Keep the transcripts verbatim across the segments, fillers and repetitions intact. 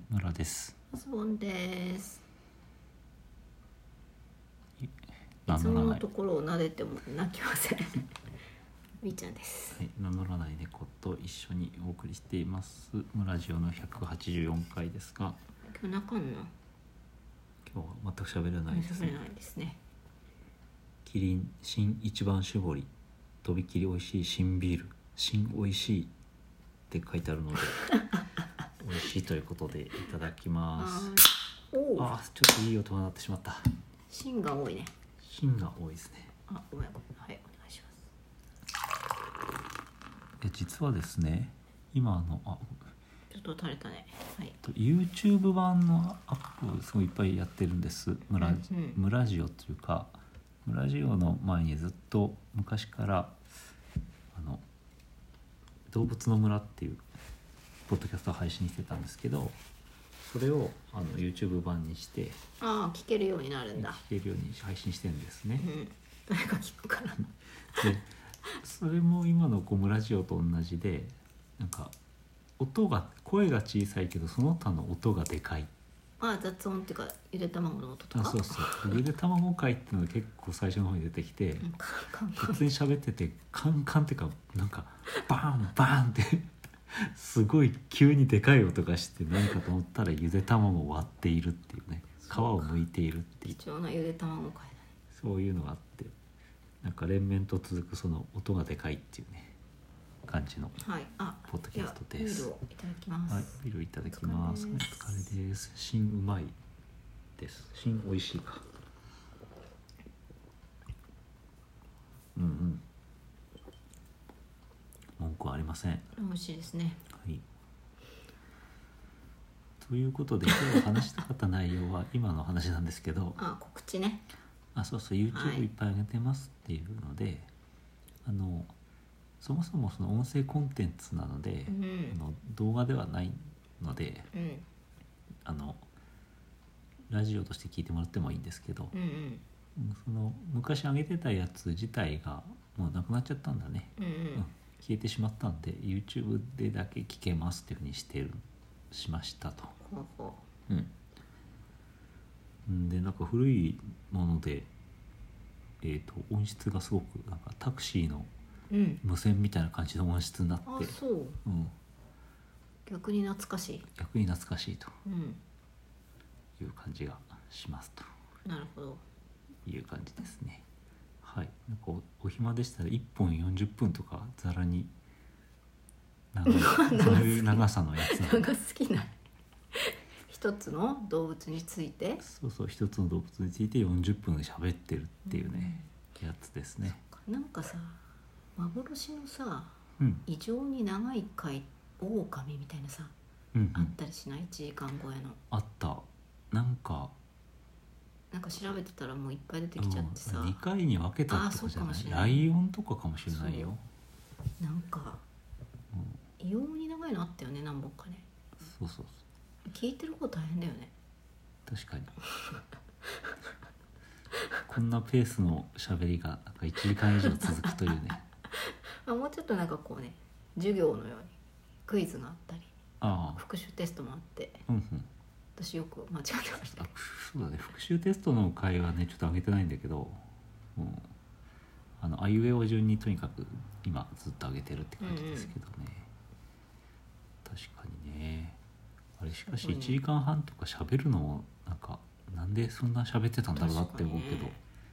村です。 ズボンです。い名つ乗らないものところを撫でても泣きませんみーちゃんです、 はい、名乗らない猫と一緒にお送りしています村ジオのひゃくはちじゅうよんかいですが、 今日泣かんの？ 今日は全く喋れないです喋れないですね。 キリン新一番搾り、とびきり美味しい新ビール、新美味しいって書いてあるので美味しいということでいただきます。 おあ、ちょっといい音が鳴ってしまった。 芯が多いね。 芯が多いですね。 あ、ごめんごめん、はい、お願いします。 で実はですね、今のあちょっと垂れたね。はい。 YouTube 版のアップすごいいっぱいやってるんです。村、 うんうん、 村ジオというか、村ジオの前にずっと昔からあの動物の村っていうポッドキャストを配信してたんですけど、それをあの YouTube 版にしてああ、聞けるようになるんだ。 聞けるように配信してるんですね。 うん、誰か聞くかなでそれも今のこう村ジオと同じで、なんか音が声が小さいけどその他の音がでかい。 ああ、雑音っていうかゆで卵の音とか。 あ、そうそう。ゆで卵会っていうのが結構最初の方に出てきて、 うん、カンカンカン普通に喋っててカンカンっていうかなんかバーンバーンってすごい急にでかい音がして何かと思ったらゆで卵を割っているっていうね、皮を剥いているっていう貴重なゆで卵会だね。 そういうのがあって、なんか連綿と続くその音がでかいっていうね感じのはい、あ、 ポッドキャストです。 ビールをいただきます。 はい、ビールいただきます。おお疲れです。 疲れです。新うまいです。新美味しいか。うんうん。文句はありません。 美味しいですね。 はい。ということで今日話したかった内容は今の話なんですけど、 あ、告知ね。 あ、そうそう YouTube いっぱい上げてますっていうので、はい、あのそもそもその音声コンテンツなので、 うん、 あの動画ではないので、 うん、 あのラジオとして聞いてもらってもいいんですけど、 うんうん、 その昔上げてたやつ自体がもうなくなっちゃったんだね、 うんうん、 うん、消えてしまったんで YouTube でだけ聞けますっていうふうにしてるしましたと。 ほうほうんでなんか古いもので、えー、と音質がすごくなんかタクシーのう、うん、 無線みたいな感じの音質になって、 あ、そう、 うん、 逆に懐かしい。 逆に懐かしいとうん、 いう感じがしますとなるほど。 いう感じですね。はい、なんか お, お暇でしたらいっぽんよんじゅっぷんとかざらに長いそういう長さのやつなんで長すぎない一つの動物について。 そうそう、一つの動物についてよんじゅっぷん喋ってるっていうね、うん、やつですね。 なんかさ、幻のさ、 うん、 異常に長い回狼みたいなさ、 うんうん、 あったりしない？いちじかん超えの。 あった。なんかなんか調べてたらもういっぱい出てきちゃってさ、 にかいに分けたってことじゃない？ライオンとかかもしれないよ。 なんか、うん、異様に長いのあったよね、何本かね。 そうそうそう、 聞いてる方大変だよね。 確かにこんなペースの喋りがなんかいちじかん以上続くというねあ、もうちょっとなんかこうね、授業のようにクイズがあったり、 ああ、 復習テストもあって、 うんうん、 私よく間違ってました。 そうだね、復習テストの回はねちょっと上げてないんだけど、うん、あのあいうえお順にとにかく今ずっと上げてるって感じですけどね、うんうん、確かにね。あれしかしいちじかんはんとか喋るのもなんかなんでそんな喋ってたんだろうなって思うけど、ね、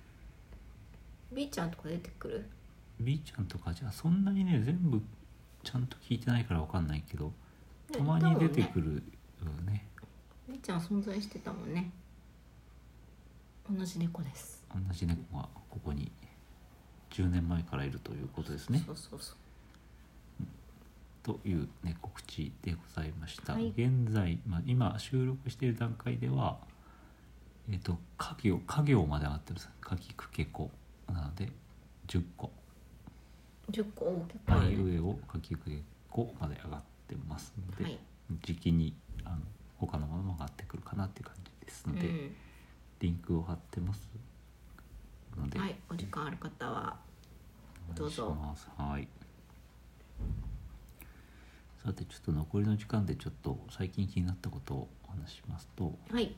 B ちゃんとか出てくる？ B ちゃんとかじゃあそんなにね全部ちゃんと聞いてないから分かんないけど、たまに出てくるよね。 B ちゃん存在してたもんね。同じ猫です。 同じ猫がここにじゅうねんまえからいるということですね。 そうそうそう、 という、ね、告知でございました。 はい、 現在、まあ、今収録している段階では、えーと、家業、家業まで上がってるんです。かきくけこなのでじゅっこ。 じゅっこ、結構あいうえおかきくけこまで上がってますので、 はい、 時期にあの他のものも上がってくるかなっていう感じですので、うん、リンクを貼ってますので、 はい、お時間ある方はどうぞ。 はい。 さてちょっと残りの時間でちょっと最近気になったことをお話しますと、 はい。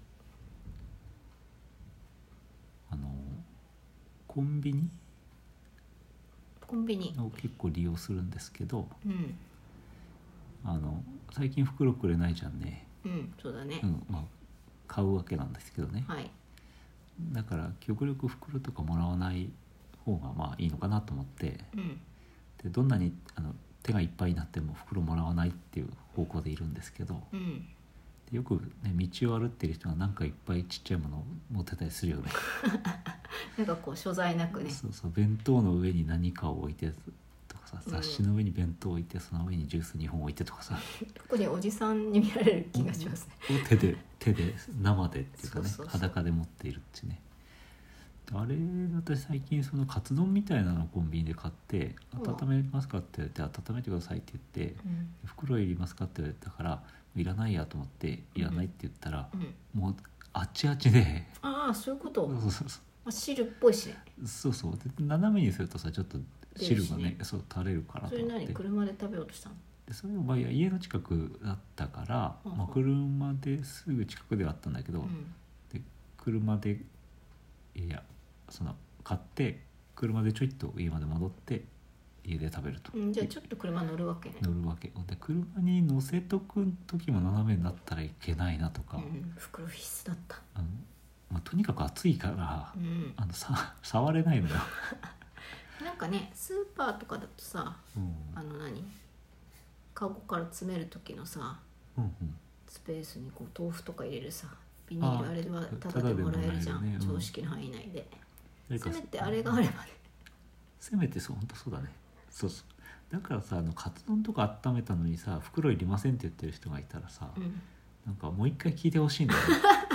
あのコンビニコンビニ。 を結構利用するんですけど、 うんあの最近袋くれないじゃんね、 うんそうだねう。んまあ、買うわけなんですけどね、 はい。 だから極力袋とかもらわない方がまあいいのかなと思って、 うんでどんなにあの手がいっぱいになっても袋もらわないっていう方向でいるんですけど、 うん。 でよく、ね、道を歩ってる人がなんかいっぱいちっちゃいものを持ってたりするよねなんかこう所在なくね。 そうそう、弁当の上に何かを置いてとかさ、 うん雑誌の上に弁当を置いてその上にジュースにほん置いてとかさ、 特におじさんに見られる気がしますね。 を手で手で生でっていうかね、 そうそうそう裸で持っているっていうね。あれ私最近そのカツ丼みたいなのをコンビニで買って「 うん温めますか?」って言われて「温めてください」って言ってうん 「袋いりますか?」って言われたから「いらないや」と思って「いらない」って言ったら、 うん。 もうあっちあっちでああそういうこと。 そうそうそまあ、汁っぽいしね。 うそうそうで斜めにするとさちょっと汁がね出るしねそう垂れるからそれ何と思って、 車で食べようとしたの？ でそれをまあ家の近くだったから、 うんうんまあ、車ですぐ近くではあったんだけど、 うんで車でいやその買って車でちょいっと家まで戻って家で食べると、 うん、じゃあちょっと車乗るわけね。 乗るわけで、車に乗せとく時も斜めになったらいけないなとか、 うん、袋必須だった。 あのまあ、とにかく暑いから、 うん、 あのさ触れないのよ、 なんかねスーパーとかだとさうんあの何カゴから詰める時のさうんうん、 スペースにこう豆腐とか入れるさビニールああれはタタダでダでもらえるじゃん、 もらえるねうん常識の範囲内で。 誰かせめてあれがあればね。 せめてそう本当そうだね、そうそうだからさあのカツ丼とか温めたのにさ袋いりませんって言ってる人がいたらさ、 うんなんかもう一回聞いてほしいんだよね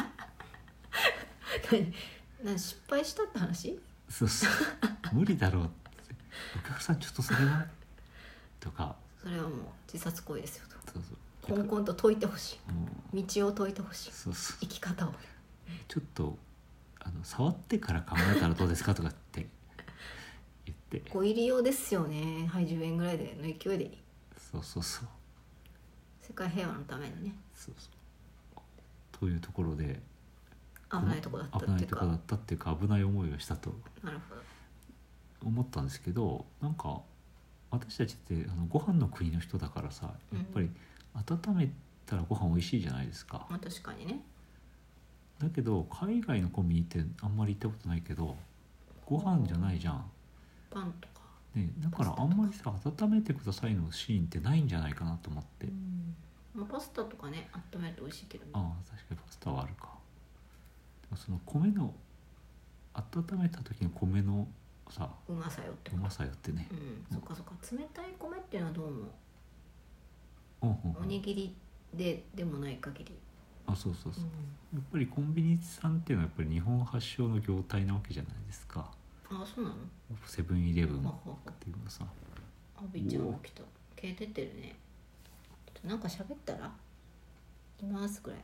な失敗したって話？ そうそう無理だろうってお客さんちょっとそれはとか、 それはもう自殺行為ですよと。 そうそうコンコンと解いてほしもうい。道を解いてほしい。 そうそう生き方を。 ちょっとあの触ってから考えたらどうですかとかって言ってご入り用ですよね。はいじゅうえんぐらいでの勢いでいい。 そうそうそう世界平和のためにね。 そうそうというところで危ないとこだったっ危ていうか。 ないとこだったっていうか危ない思いをしたとなるほど。 思ったんですけど、なんか私たちってあのご飯の国の人だからさやっぱり温めたらご飯美味しいじゃないですか、 まあ確かにね。 だけど海外のコンビニってあんまり行ったことないけどご飯じゃないじゃん、 パンとか。 ね、だからあんまりさ温めてくださいのシーンってないんじゃないかなと思って、 うんまあ、パスタとかね温めると美味しいけどね。 ああ確かにパスタはあるか。でもその米の温めた時の米のさうまさよってうまさよってね、 うん、そっかそっか。冷たい米っていうのはどうもうんうんうん、 おにぎりででもない限り、 あそうそうそう、 うんやっぱりコンビニさんっていうのはやっぱり日本発祥の業態なわけじゃないですか。 あそうなの？ セブンイレブンっはははていうのさ、 アビちゃんが来た。毛出てるね。ちょっとなんか喋ったらいますぐらい。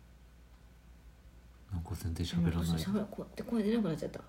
なんか全然喋らない。 しゃべこうやって声出なくなっちゃった。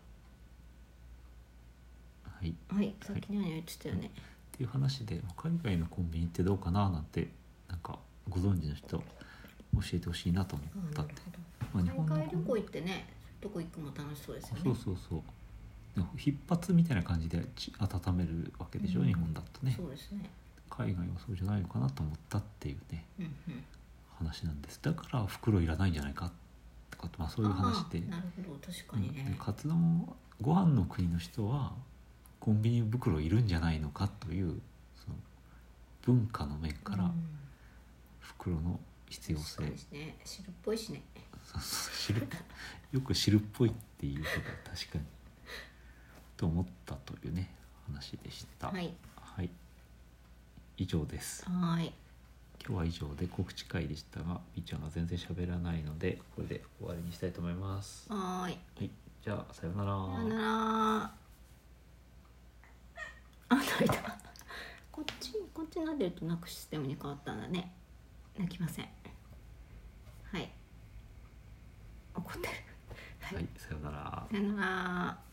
はいはいさっきにゃにゃ言ってたよね。 っていう話で海外のコンビニってどうかななんてなんかご存知の人教えてほしいなと思あったって、 なるまあ、日ほど。 本の海外旅行行ってねどこ行くも楽しそうですよね。 そうそうそうでも必発みたいな感じでち温めるわけでしょ、 うん日本だとね。 そうですね。 海外はそうじゃないのかなと思ったっていうねうんうん。 話なんです。だから袋いらないんじゃないかとか、まあ、そういう話で、 ああなるほど確かにうんでね。 カツ丼ご飯の国の人はコンビニ袋いるんじゃないのかというその文化の面からうん袋の必要性、 確かにね汁っぽいしね。 そうそう汁よく汁っぽいっていうことは確かにと思ったというね話でした。 はいはい、以上です。 はーい。 今日は以上で告知会でしたが、みーちゃんが全然喋らないのでこれで終わりにしたいと思います。ははーい。 い、じゃあさようなら。 さよなら。あ泣いた。こっちこっち撫でると泣くシステムに変わったんだね。泣きません。はい。怒ってる。 はい、さようなら。 さよなら。